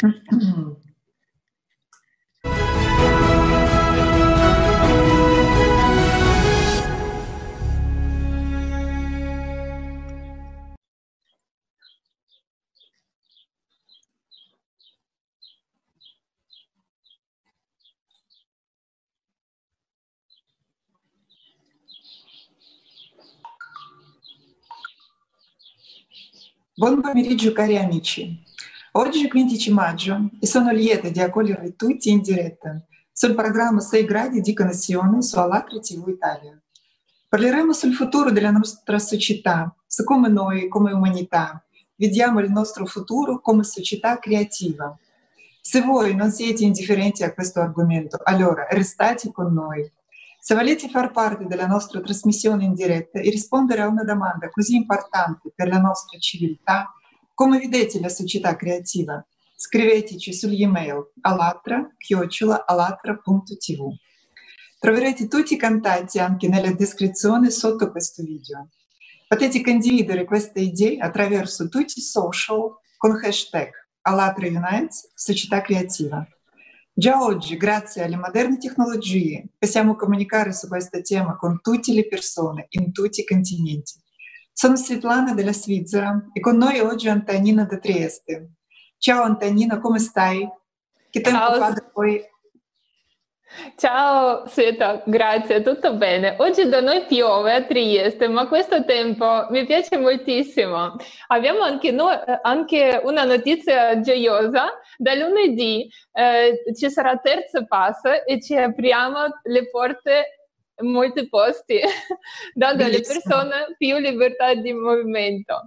Buon pomeriggio cari amici. Oggi è 15 maggio e sono lieta di accogliervi tutti in diretta sul programma 6 gradi di connessione su Alatra TV Italia. Parleremo sul futuro della nostra società, su come noi, come umanità, vediamo il nostro futuro come società creativa. Se voi non siete indifferenti a questo argomento, allora restate con noi. Se volete far parte della nostra trasmissione in diretta e rispondere a una domanda così importante per la nostra civiltà, come vedete la società creativa? Scriveteci sull'email alatra@alatra.tv. Troverete tutti i contatti anche nella descrizione sotto questo video. Potete condividere queste idee attraverso tutti i social con hashtag Alatra Unites Società Creativa. Già oggi, grazie alle moderne tecnologie, possiamo comunicare su questo tema con tutte le persone in tutti i continenti. Sono Svetlana della Svizzera e con noi oggi Antonina da Trieste. Ciao Antonina, come stai? Che tempo fa da voi? Ciao Sveta, grazie, tutto bene. Oggi da noi piove a Trieste, ma questo tempo mi piace moltissimo. Abbiamo anche una notizia gioiosa. Da lunedì ci sarà terzo passo e ci apriamo le porte in molti posti, dando alle persone più libertà di movimento.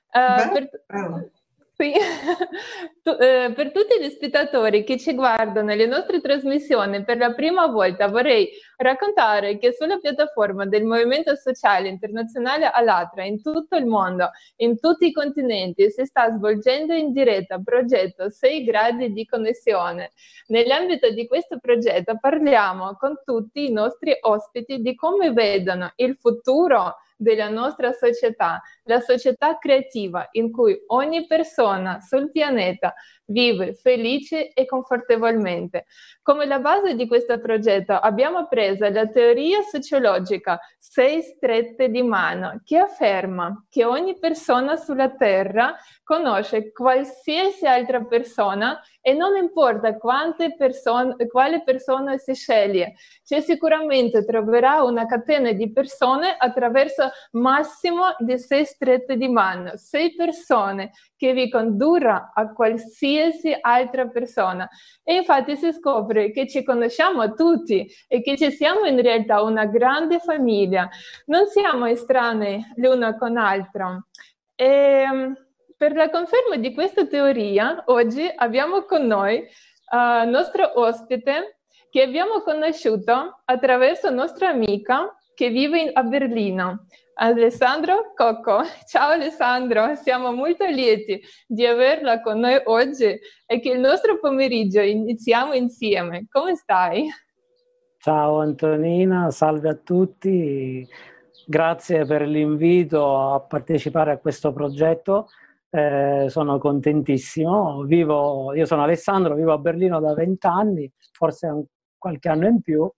Sì. Per tutti gli spettatori che ci guardano le nostre trasmissioni per la prima volta, vorrei raccontare che sulla piattaforma del Movimento Sociale Internazionale Alatra in tutto il mondo, in tutti i continenti, si sta svolgendo in diretta il progetto 6 gradi di connessione. Nell'ambito di questo progetto parliamo con tutti i nostri ospiti di come vedono il futuro della nostra società, la società creativa in cui ogni persona sul pianeta vive felice e confortevolmente. Come la base di questo progetto abbiamo preso la teoria sociologica 6 strette di mano che afferma che ogni persona sulla Terra conosce qualsiasi altra persona e non importa quale persona si sceglie, cioè sicuramente troverà una catena di persone attraverso massimo di 6 strette di mano, 6 persone che vi condurrà a qualsiasi altra persona. E infatti si scopre che ci conosciamo tutti e che ci siamo in realtà una grande famiglia, non siamo estranei l'uno con l'altro. Per la conferma di questa teoria, oggi abbiamo con noi il nostro ospite che abbiamo conosciuto attraverso nostra amica che vive a Berlino, Alessandro Cocco. Ciao Alessandro, siamo molto lieti di averla con noi oggi e che il nostro pomeriggio iniziamo insieme. Come stai? Ciao Antonina, salve a tutti, grazie per l'invito a partecipare a questo progetto. Sono contentissimo, io sono Alessandro, vivo a Berlino da 20 anni, forse qualche anno in più.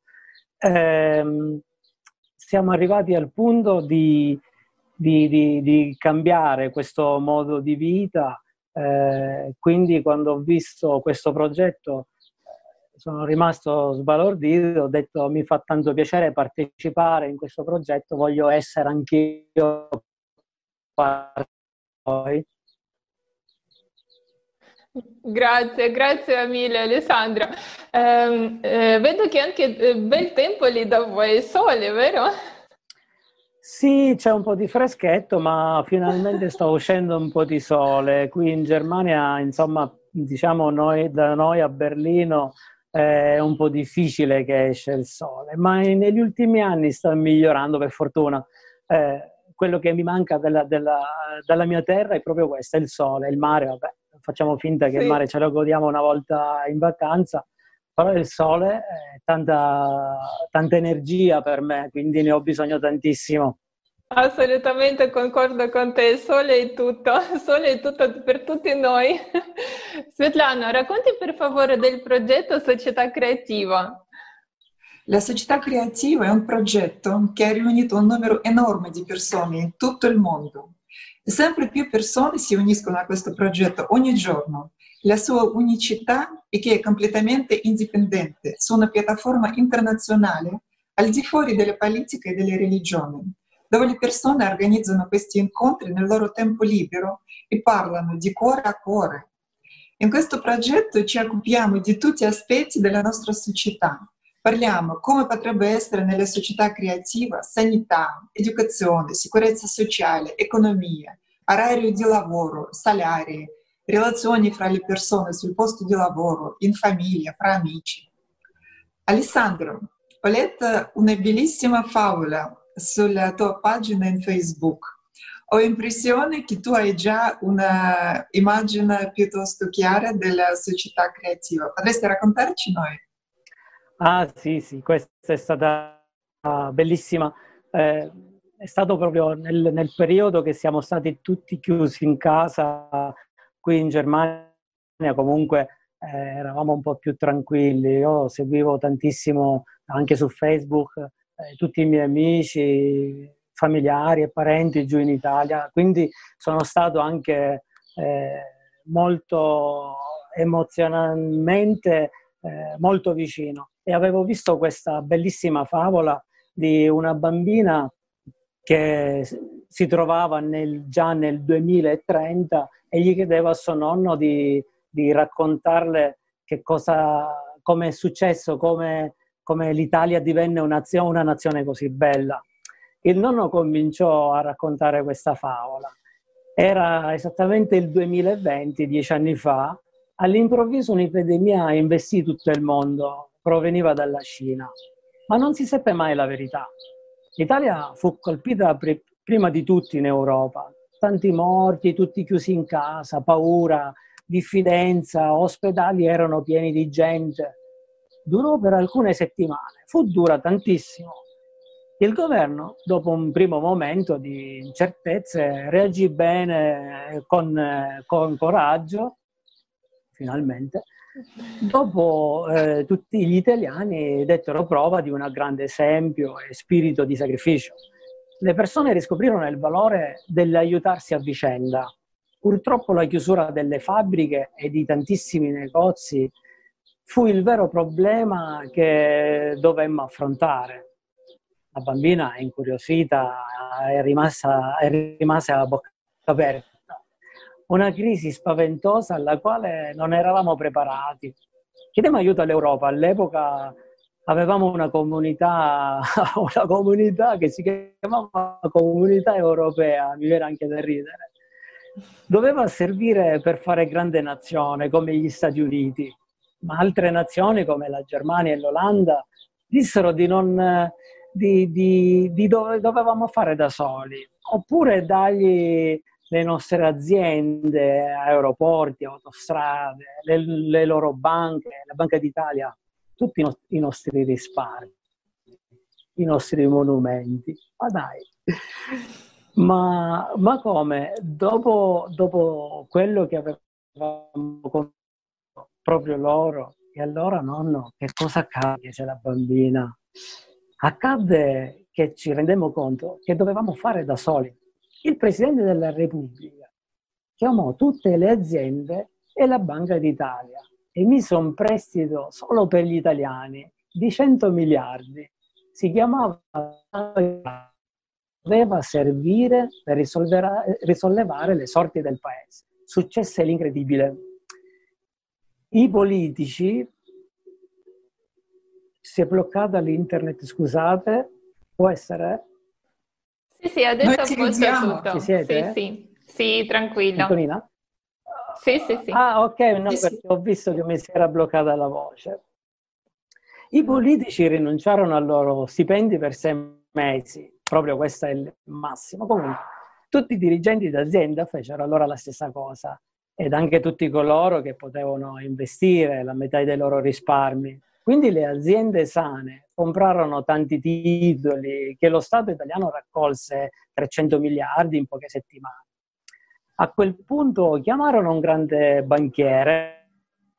Siamo arrivati al punto di cambiare questo modo di vita, quindi quando ho visto questo progetto sono rimasto sbalordito, ho detto mi fa tanto piacere partecipare in questo progetto, voglio essere anch'io parte di voi. Grazie mille Alessandro. Vedo che anche bel tempo lì da voi, il sole, vero? Sì, c'è un po' di freschetto, ma finalmente sta uscendo un po' di sole. Qui in Germania, insomma, diciamo da noi a Berlino è un po' difficile che esce il sole, ma negli ultimi anni sta migliorando per fortuna. Quello che mi manca dalla mia terra è proprio questo, è il sole, il mare, vabbè. Facciamo finta che il mare ce lo godiamo una volta in vacanza, però il sole è tanta energia per me, quindi ne ho bisogno tantissimo. Assolutamente concordo con te, il sole è tutto per tutti noi. Svetlana, racconti per favore del progetto Società Creativa. La Società Creativa è un progetto che ha riunito un numero enorme di persone in tutto il mondo. E sempre più persone si uniscono a questo progetto ogni giorno. La sua unicità è che è completamente indipendente su una piattaforma internazionale al di fuori delle politiche e delle religioni, dove le persone organizzano questi incontri nel loro tempo libero e parlano di cuore a cuore. In questo progetto ci occupiamo di tutti gli aspetti della nostra società. Parliamo come potrebbe essere nella società creativa sanità, educazione, sicurezza sociale, economia, orario di lavoro, salari, relazioni fra le persone sul posto di lavoro, in famiglia, fra amici. Alessandro, ho letto una bellissima favola sulla tua pagina in Facebook. Ho l'impressione che tu hai già una immagine piuttosto chiara della società creativa. Potresti raccontarci noi? Ah sì, sì, questa è stata bellissima. È stato proprio nel periodo che siamo stati tutti chiusi in casa, qui in Germania comunque eravamo un po' più tranquilli. Io seguivo tantissimo anche su Facebook tutti i miei amici, familiari e parenti giù in Italia, quindi sono stato anche molto emozionalmente molto vicino. E avevo visto questa bellissima favola di una bambina che si trovava già nel 2030 e gli chiedeva a suo nonno di raccontarle come è successo, come l'Italia divenne una nazione così bella. Il nonno cominciò a raccontare questa favola. Era esattamente il 2020, 10 anni fa. All'improvviso un'epidemia ha investito tutto il mondo, proveniva dalla Cina, ma non si seppe mai la verità. L'Italia fu colpita prima di tutti in Europa. Tanti morti, tutti chiusi in casa, paura, diffidenza, ospedali erano pieni di gente. Durò per alcune settimane, fu dura tantissimo. Il governo, dopo un primo momento di incertezze, reagì bene, con coraggio, finalmente. Dopo tutti gli italiani dettero prova di un grande esempio e spirito di sacrificio. Le persone riscoprirono il valore dell'aiutarsi a vicenda. Purtroppo la chiusura delle fabbriche e di tantissimi negozi fu il vero problema che dovemmo affrontare. La bambina, incuriosita, rimase a bocca aperta. Una crisi spaventosa alla quale non eravamo preparati. Chiedemmo aiuto all'Europa. All'epoca avevamo una comunità che si chiamava Comunità Europea, mi viene anche da ridere. Doveva servire per fare grande nazione come gli Stati Uniti, ma altre nazioni come la Germania e l'Olanda dissero dovevamo fare da soli, oppure dargli le nostre aziende, aeroporti, autostrade, le loro banche, la Banca d'Italia, tutti i nostri risparmi, i nostri monumenti. Ma dai, ma come? Dopo quello che avevamo con proprio loro, e allora nonno, che cosa accade se la bambina? Accadde che ci rendemmo conto che dovevamo fare da soli. Il Presidente della Repubblica chiamò tutte le aziende e la Banca d'Italia e mise un prestito solo per gli italiani di 100 miliardi. Si chiamava, doveva servire per risollevare le sorti del paese. Successe l'incredibile. I politici, si è bloccata l'internet, scusate, può essere? Sì, adesso a posto tutto. Ci siete? Sì, tranquilla. Antonina? Sì. Ah, ok, no, Sì. perché ho visto che mi si era bloccata la voce. I politici rinunciarono ai loro stipendi per 6 mesi, proprio questo è il massimo. Comunque, tutti i dirigenti d'azienda fecero allora la stessa cosa, ed anche tutti coloro che potevano investire la metà dei loro risparmi. Quindi le aziende sane comprarono tanti titoli che lo Stato italiano raccolse 300 miliardi in poche settimane. A quel punto chiamarono un grande banchiere,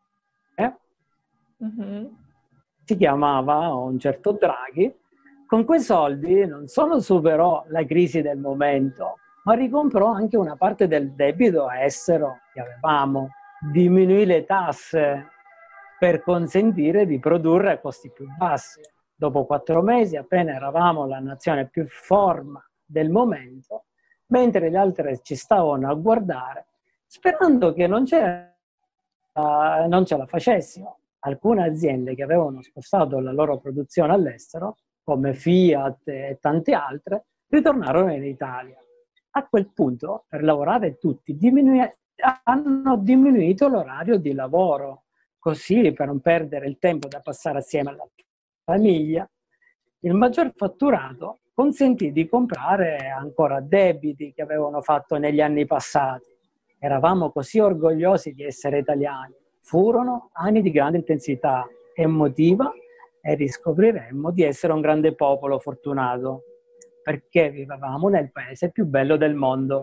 si chiamava un certo Draghi. Con quei soldi non solo superò la crisi del momento, ma ricomprò anche una parte del debito estero che avevamo, diminuì le tasse per consentire di produrre a costi più bassi. Dopo 4 mesi, appena eravamo la nazione più forte del momento, mentre le altre ci stavano a guardare, sperando che non ce la facessimo. Alcune aziende che avevano spostato la loro produzione all'estero, come Fiat e tante altre, ritornarono in Italia. A quel punto, per lavorare tutti, hanno diminuito l'orario di lavoro, così per non perdere il tempo da passare assieme alla famiglia. Il maggior fatturato consentì di comprare ancora debiti che avevano fatto negli anni passati. Eravamo così orgogliosi di essere italiani. Furono anni di grande intensità emotiva e riscopriremmo di essere un grande popolo fortunato, perché vivevamo nel paese più bello del mondo.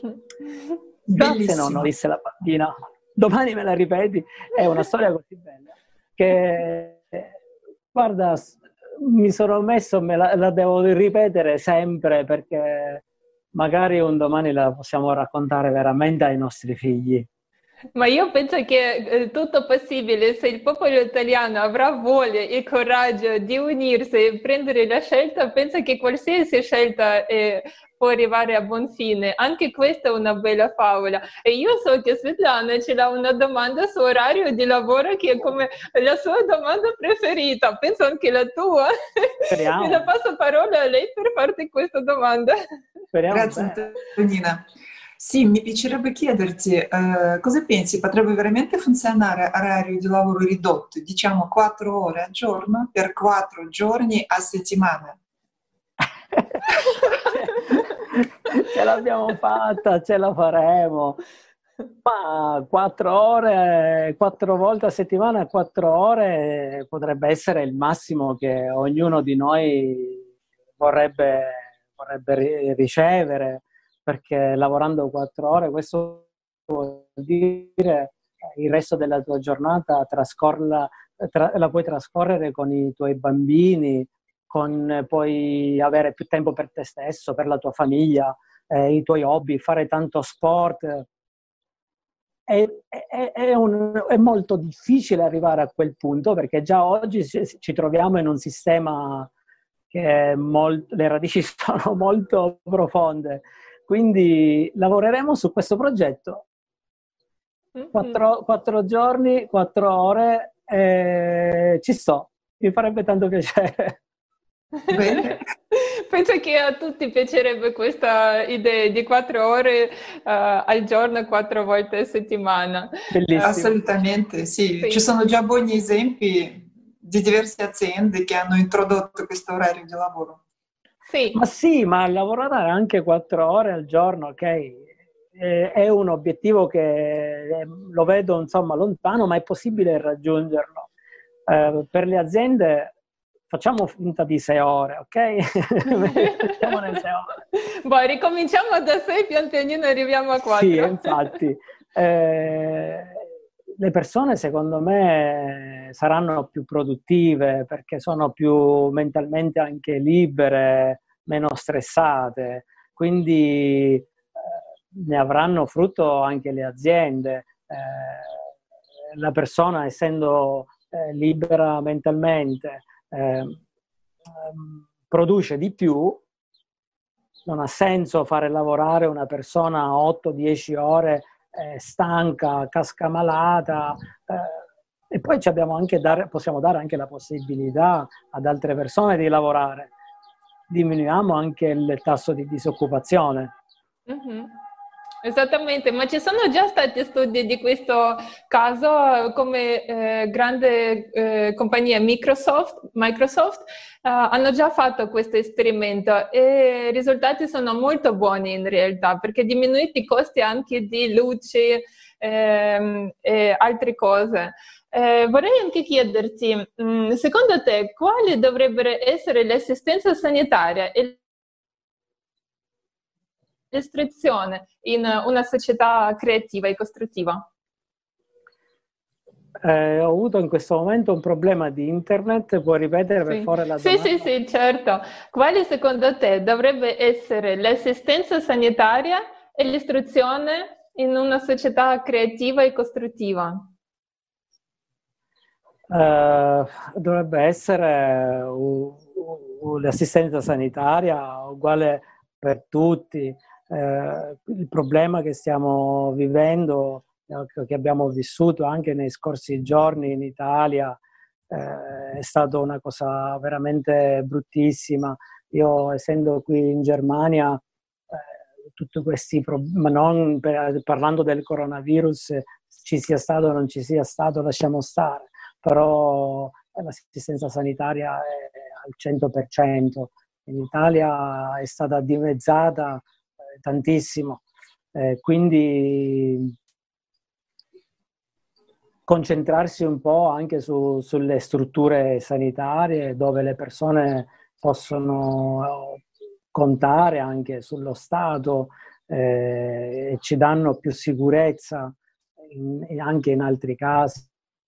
Grazie nonno, disse la bambina. Domani me la ripeti, è una storia così bella che, guarda, mi sono messo, la devo ripetere sempre, perché magari un domani la possiamo raccontare veramente ai nostri figli. Ma io penso che è tutto possibile se il popolo italiano avrà voglia e coraggio di unirsi e prendere la scelta. Penso che qualsiasi scelta può arrivare a buon fine. Anche questa è una bella favola. E io so che Svetlana ce l'ha una domanda su orario di lavoro che è come la sua domanda preferita. Penso anche la tua. Speriamo. Me la passo parola a lei per farti questa domanda. Speriamo. Grazie Antonina. Sì, mi piacerebbe chiederti cosa pensi, potrebbe veramente funzionare orario di lavoro ridotto, diciamo 4 ore al giorno per 4 giorni a settimana? Ce l'abbiamo fatta, ce la faremo. Ma 4 ore, 4 volte a settimana, 4 ore potrebbe essere il massimo che ognuno di noi vorrebbe ricevere, perché lavorando 4 ore questo vuol dire il resto della tua giornata la puoi trascorrere con i tuoi bambini, puoi avere più tempo per te stesso, per la tua famiglia, i tuoi hobby, fare tanto sport. È molto difficile arrivare a quel punto, perché già oggi ci troviamo in un sistema che le radici sono molto profonde. Quindi lavoreremo su questo progetto 4 giorni, 4 ore, ci sto, mi farebbe tanto piacere. Bene. Penso che a tutti piacerebbe questa idea di 4 ore al giorno, 4 volte a settimana. Bellissimo. Assolutamente, sì. Sì. Ci sono già buoni esempi di diverse aziende che hanno introdotto questo orario di lavoro. Sì. Ma sì, ma lavorare anche 4 ore al giorno, ok, è un obiettivo che lo vedo insomma lontano, ma è possibile raggiungerlo. Per le aziende facciamo finta di 6 ore, ok? Facciamone 6 ore. Boh, ricominciamo da 6, pian pianino arriviamo a 4. Sì, infatti. Le persone secondo me saranno più produttive, perché sono più mentalmente anche libere, meno stressate, quindi ne avranno frutto anche le aziende. La persona, essendo libera mentalmente, produce di più. Non ha senso fare lavorare una persona 8-10 ore stanca, cascamalata, e poi possiamo dare anche la possibilità ad altre persone di lavorare. Diminuiamo anche il tasso di disoccupazione. Mm-hmm. Esattamente, ma ci sono già stati studi di questo caso, come grande compagnia Microsoft hanno già fatto questo esperimento e i risultati sono molto buoni in realtà, perché diminuiti i costi anche di luce e altre cose. Vorrei anche chiederti, secondo te, quali dovrebbero essere l'assistenza sanitaria e dell'istruzione in una società creativa e costruttiva? Ho avuto in questo momento un problema di internet, puoi ripetere per favore la Sì, domanda? sì, certo. Quale secondo te dovrebbe essere l'assistenza sanitaria e l'istruzione in una società creativa e costruttiva? Dovrebbe essere l'assistenza sanitaria uguale per tutti. Il problema che stiamo vivendo, che abbiamo vissuto anche nei scorsi giorni in Italia, è stata una cosa veramente bruttissima. Io, essendo qui in Germania, tutti questi problemi, parlando del coronavirus, ci sia stato o non ci sia stato, lasciamo stare, però l'assistenza sanitaria è al 100%. In Italia è stata dimezzata tantissimo, quindi concentrarsi un po' anche sulle strutture sanitarie dove le persone possono contare anche sullo Stato e ci danno più sicurezza anche in altri casi.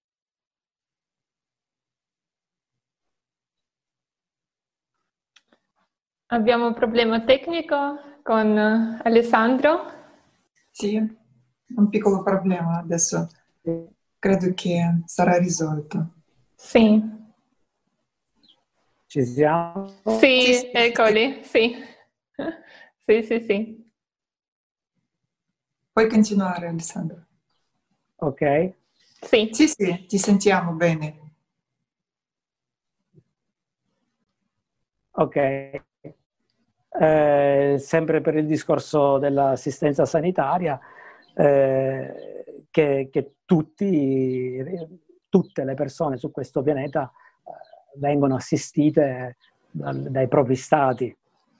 Abbiamo un problema tecnico con Alessandro? Sì, un piccolo problema adesso. Credo che sarà risolto. Sì. Ci siamo? Sì, eccoli, sì. Sì. Puoi continuare, Alessandro. Ok. Sì, ti sentiamo bene. Ok. Sempre per il discorso dell'assistenza sanitaria, che tutte le persone su questo pianeta vengono assistite dai propri stati.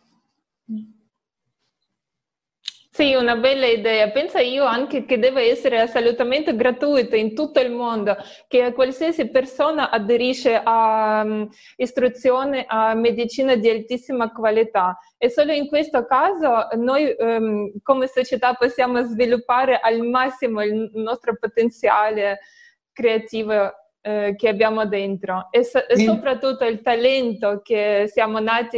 sì, una bella idea. Penso io anche che deve essere assolutamente gratuito in tutto il mondo, che qualsiasi persona aderisce a istruzione, a medicina di altissima qualità. E solo in questo caso noi come società possiamo sviluppare al massimo il nostro potenziale creativo che abbiamo dentro e soprattutto il talento che siamo nati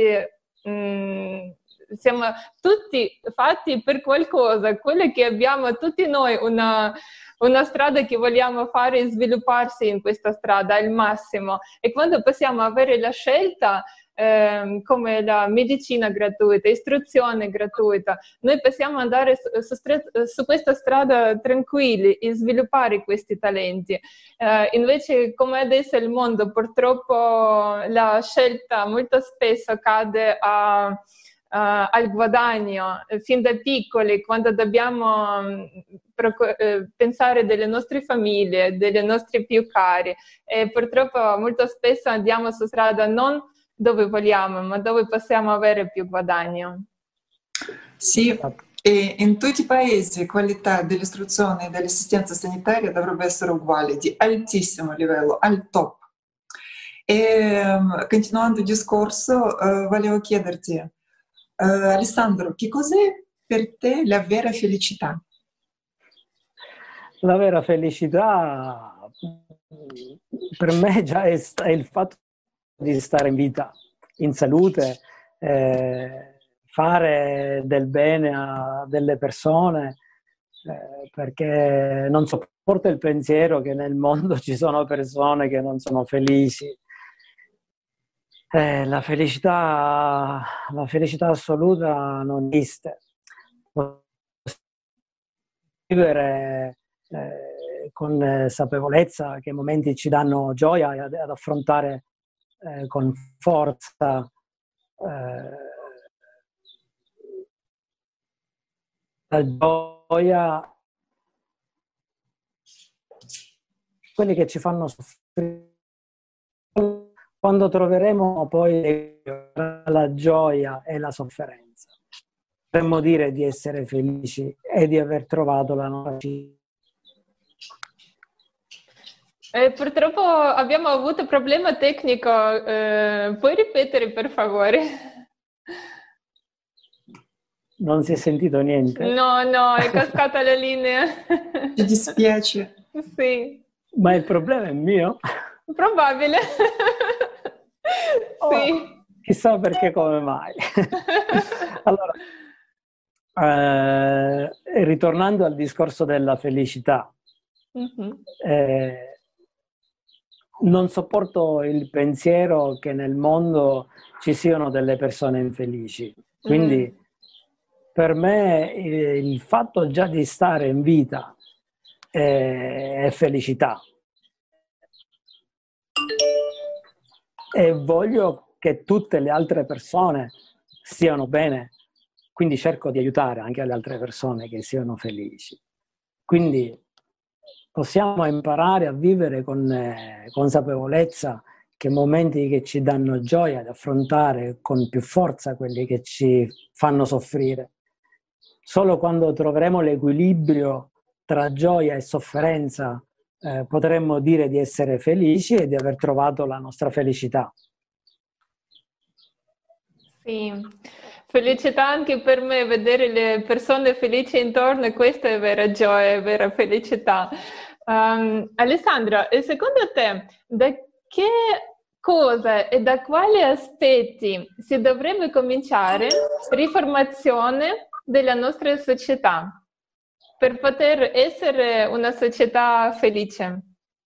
siamo tutti fatti per qualcosa, quello che abbiamo tutti noi, una strada che vogliamo fare e svilupparsi in questa strada al massimo. E quando possiamo avere la scelta, come la medicina gratuita, istruzione gratuita, noi possiamo andare su questa strada tranquilli e sviluppare questi talenti. Invece, come adesso il mondo, purtroppo la scelta molto spesso cade al guadagno fin da piccoli, quando dobbiamo pensare delle nostre famiglie, delle nostre più care, e purtroppo molto spesso andiamo su strada non dove vogliamo, ma dove possiamo avere più guadagno. Sì, e in tutti i paesi qualità dell'istruzione e dell'assistenza sanitaria dovrebbe essere uguale, di altissimo livello, al top. E continuando il discorso, volevo chiederti, Alessandro, che cos'è per te la vera felicità? La vera felicità per me già è il fatto di stare in vita, in salute, fare del bene a delle persone, perché non sopporto il pensiero che nel mondo ci sono persone che non sono felici. La felicità assoluta non esiste. Vivere con sapevolezza che i momenti ci danno gioia e ad affrontare con forza la gioia, quelli che ci fanno soffrire. Quando troveremo poi la gioia e la sofferenza, potremmo dire di essere felici e di aver trovato la nostra felicità. Purtroppo abbiamo avuto problema tecnico, puoi ripetere per favore? Non si è sentito niente? No, no, è cascata la linea. Ci dispiace. Sì, Ma il problema è mio? probabile. Oh, Sì. chissà perché, come mai. Allora, ritornando al discorso della felicità, Mhm. non sopporto il pensiero che nel mondo ci siano delle persone infelici. Mm. Quindi per me il fatto già di stare in vita è felicità. E voglio che tutte le altre persone stiano bene, quindi cerco di aiutare anche le altre persone che siano felici. Quindi possiamo imparare a vivere con consapevolezza che momenti che ci danno gioia, ad affrontare con più forza quelli che ci fanno soffrire. Solo quando troveremo l'equilibrio tra gioia e sofferenza potremmo dire di essere felici e di aver trovato la nostra felicità. Sì, felicità anche per me, vedere le persone felici intorno, e questa è vera gioia, è vera felicità. Alessandra, e secondo te, da che cosa e da quali aspetti si dovrebbe cominciare riformazione della nostra società per poter essere una società felice?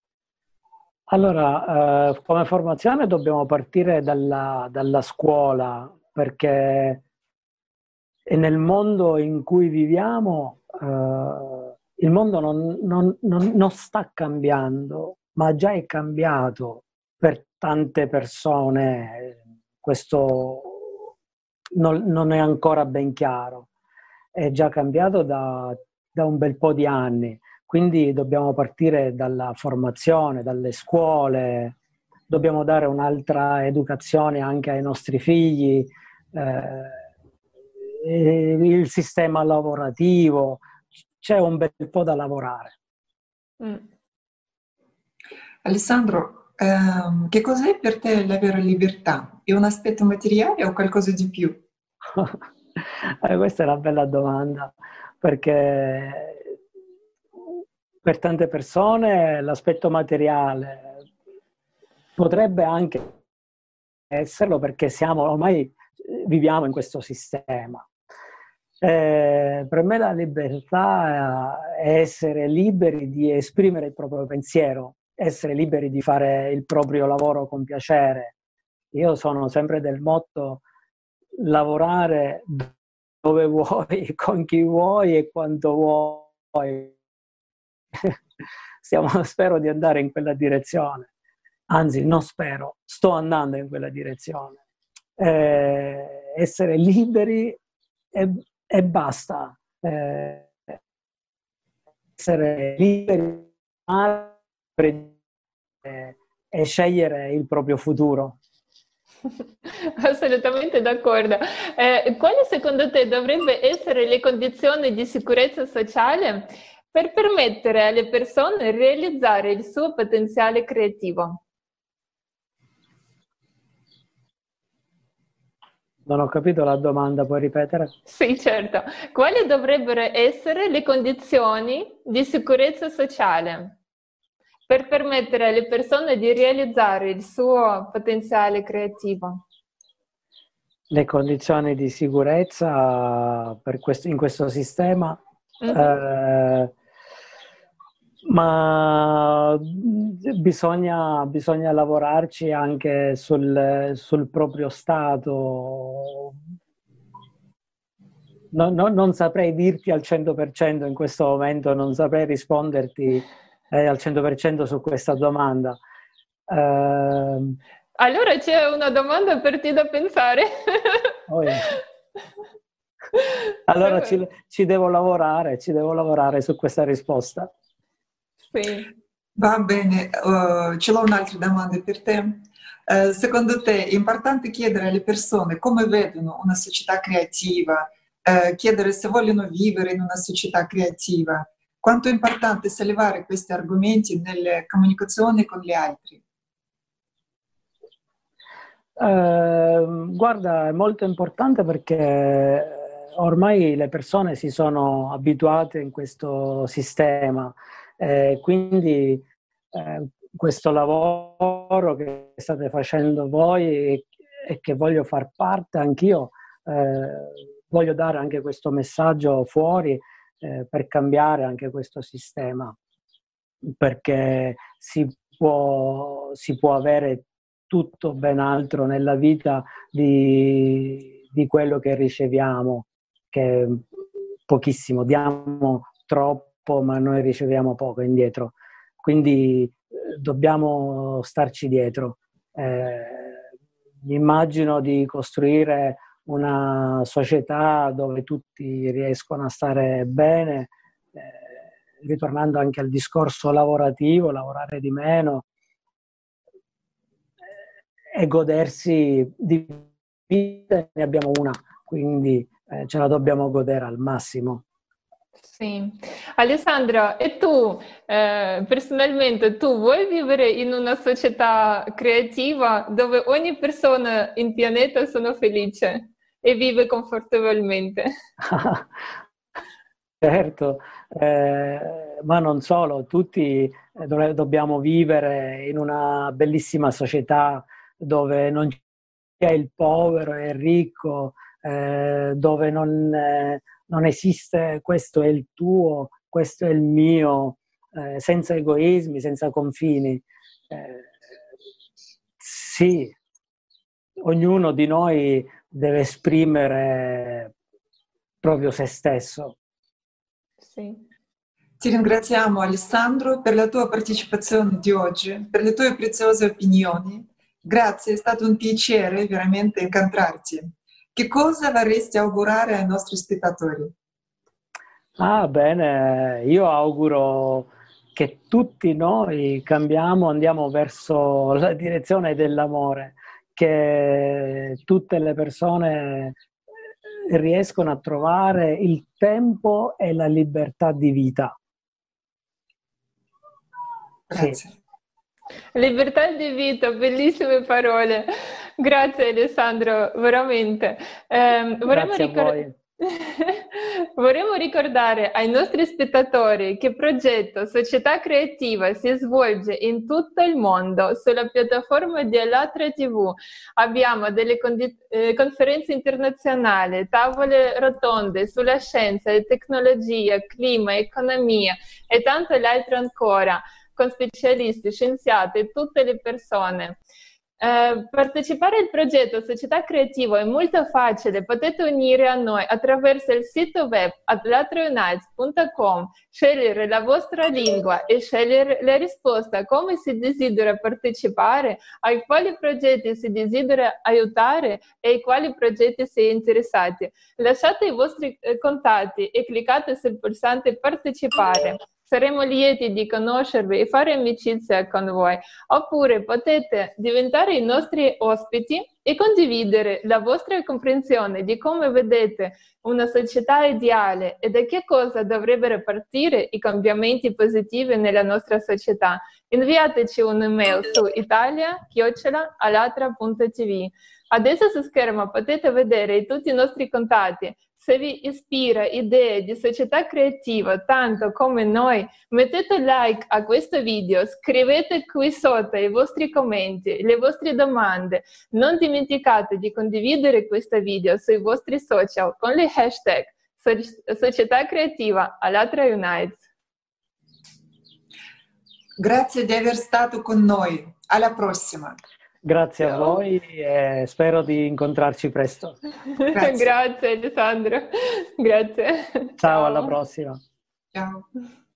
Allora, come formazione dobbiamo partire dalla scuola, perché nel mondo in cui viviamo, il mondo non sta cambiando, ma già è cambiato per tante persone. Questo non è ancora ben chiaro. È già cambiato da un bel po' di anni. Quindi dobbiamo partire dalla formazione, dalle scuole, dobbiamo dare un'altra educazione anche ai nostri figli, il sistema lavorativo, c'è un bel po' da lavorare. Mm. Alessandro, che cos'è per te la vera libertà? È un aspetto materiale o qualcosa di più? Questa è una bella domanda, perché per tante persone l'aspetto materiale potrebbe anche esserlo, perché ormai viviamo in questo sistema. Per me la libertà è essere liberi di esprimere il proprio pensiero, essere liberi di fare il proprio lavoro con piacere. Io sono sempre del motto: lavorare dove vuoi, con chi vuoi e quanto vuoi. Spero di andare in quella direzione. Anzi, non spero, sto andando in quella direzione. Essere liberi e basta. Essere liberi e scegliere il proprio futuro. Assolutamente d'accordo. Quali secondo te dovrebbero essere le condizioni di sicurezza sociale per permettere alle persone di realizzare il suo potenziale creativo? Non ho capito la domanda, puoi ripetere? Sì, certo. Quali dovrebbero essere le condizioni di sicurezza sociale per permettere alle persone di realizzare il suo potenziale creativo? Le condizioni di sicurezza in questo sistema, Mhm. ma bisogna lavorarci anche sul proprio stato. Non saprei dirti al 100% in questo momento, non saprei risponderti al 100% su questa domanda. Allora c'è una domanda per te da pensare. Oh yeah. Allora ci devo lavorare su questa risposta. Sì. Va bene, ce l'ho un'altra domanda per te. Secondo te è importante chiedere alle persone come vedono una società creativa, chiedere se vogliono vivere in una società creativa? Quanto è importante sollevare questi argomenti nelle comunicazioni con gli altri? Guarda, è molto importante perché ormai le persone si sono abituate in questo sistema, quindi questo lavoro che state facendo voi e che voglio far parte anch'io, voglio dare anche questo messaggio fuori per cambiare anche questo sistema, perché si può avere tutto ben altro nella vita di quello che riceviamo, che è pochissimo, diamo troppo ma noi riceviamo poco indietro, quindi dobbiamo starci dietro. Immagino di costruire una società dove tutti riescono a stare bene, ritornando anche al discorso lavorativo, lavorare di meno e godersi di vita. Ne abbiamo una, quindi ce la dobbiamo godere al massimo. Sì. Alessandro, e tu, personalmente, tu vuoi vivere in una società creativa dove ogni persona in pianeta sono felice e vive confortevolmente? Certo, ma non solo, tutti dobbiamo vivere in una bellissima società dove non c'è il povero e il ricco, dove non esiste questo è il tuo, questo è il mio, senza egoismi, senza confini. Sì, ognuno di noi deve esprimere proprio se stesso. Sì. Ti ringraziamo Alessandro per la tua partecipazione di oggi, per le tue preziose opinioni. Grazie, è stato un piacere veramente incontrarti. Che cosa vorresti augurare ai nostri spettatori? Bene, io auguro che tutti noi cambiamo, andiamo verso la direzione dell'amore, che tutte le persone riescono a trovare il tempo e la libertà di vita. Grazie. Sì. Libertà di vita, bellissime parole. Grazie Alessandro, veramente. Grazie a voi. Vorremmo ricordare ai nostri spettatori che il progetto Società Creativa si svolge in tutto il mondo sulla piattaforma di Allatra TV. Abbiamo delle conferenze internazionali, tavole rotonde sulla scienza e tecnologia, clima, economia e tanto altro ancora, con specialisti, scienziati e tutte le persone. Partecipare al progetto Società Creativa è molto facile, potete unire a noi attraverso il sito web allatraunites.com, scegliere la vostra lingua e scegliere la risposta, come si desidera partecipare, ai quali progetti si desidera aiutare e ai quali progetti si è interessati. Lasciate i vostri contatti e cliccate sul pulsante partecipare. Saremo lieti di conoscervi e fare amicizia con voi. Oppure potete diventare i nostri ospiti e condividere la vostra comprensione di come vedete una società ideale e da che cosa dovrebbero partire i cambiamenti positivi nella nostra società. Inviateci un'email su italia@allatra.tv. Adesso su schermo potete vedere tutti i nostri contatti. Se vi ispira idee di società creativa tanto come noi, mettete like a questo video, scrivete qui sotto i vostri commenti, le vostre domande. Non dimenticate di condividere questo video sui vostri social con le hashtag Società Creativa Allatra Unites. Grazie di aver stato con noi. Alla prossima. Grazie Ciao. a voi e spero di incontrarci presto. Grazie Alessandro. Grazie. Ciao, alla prossima. Ciao.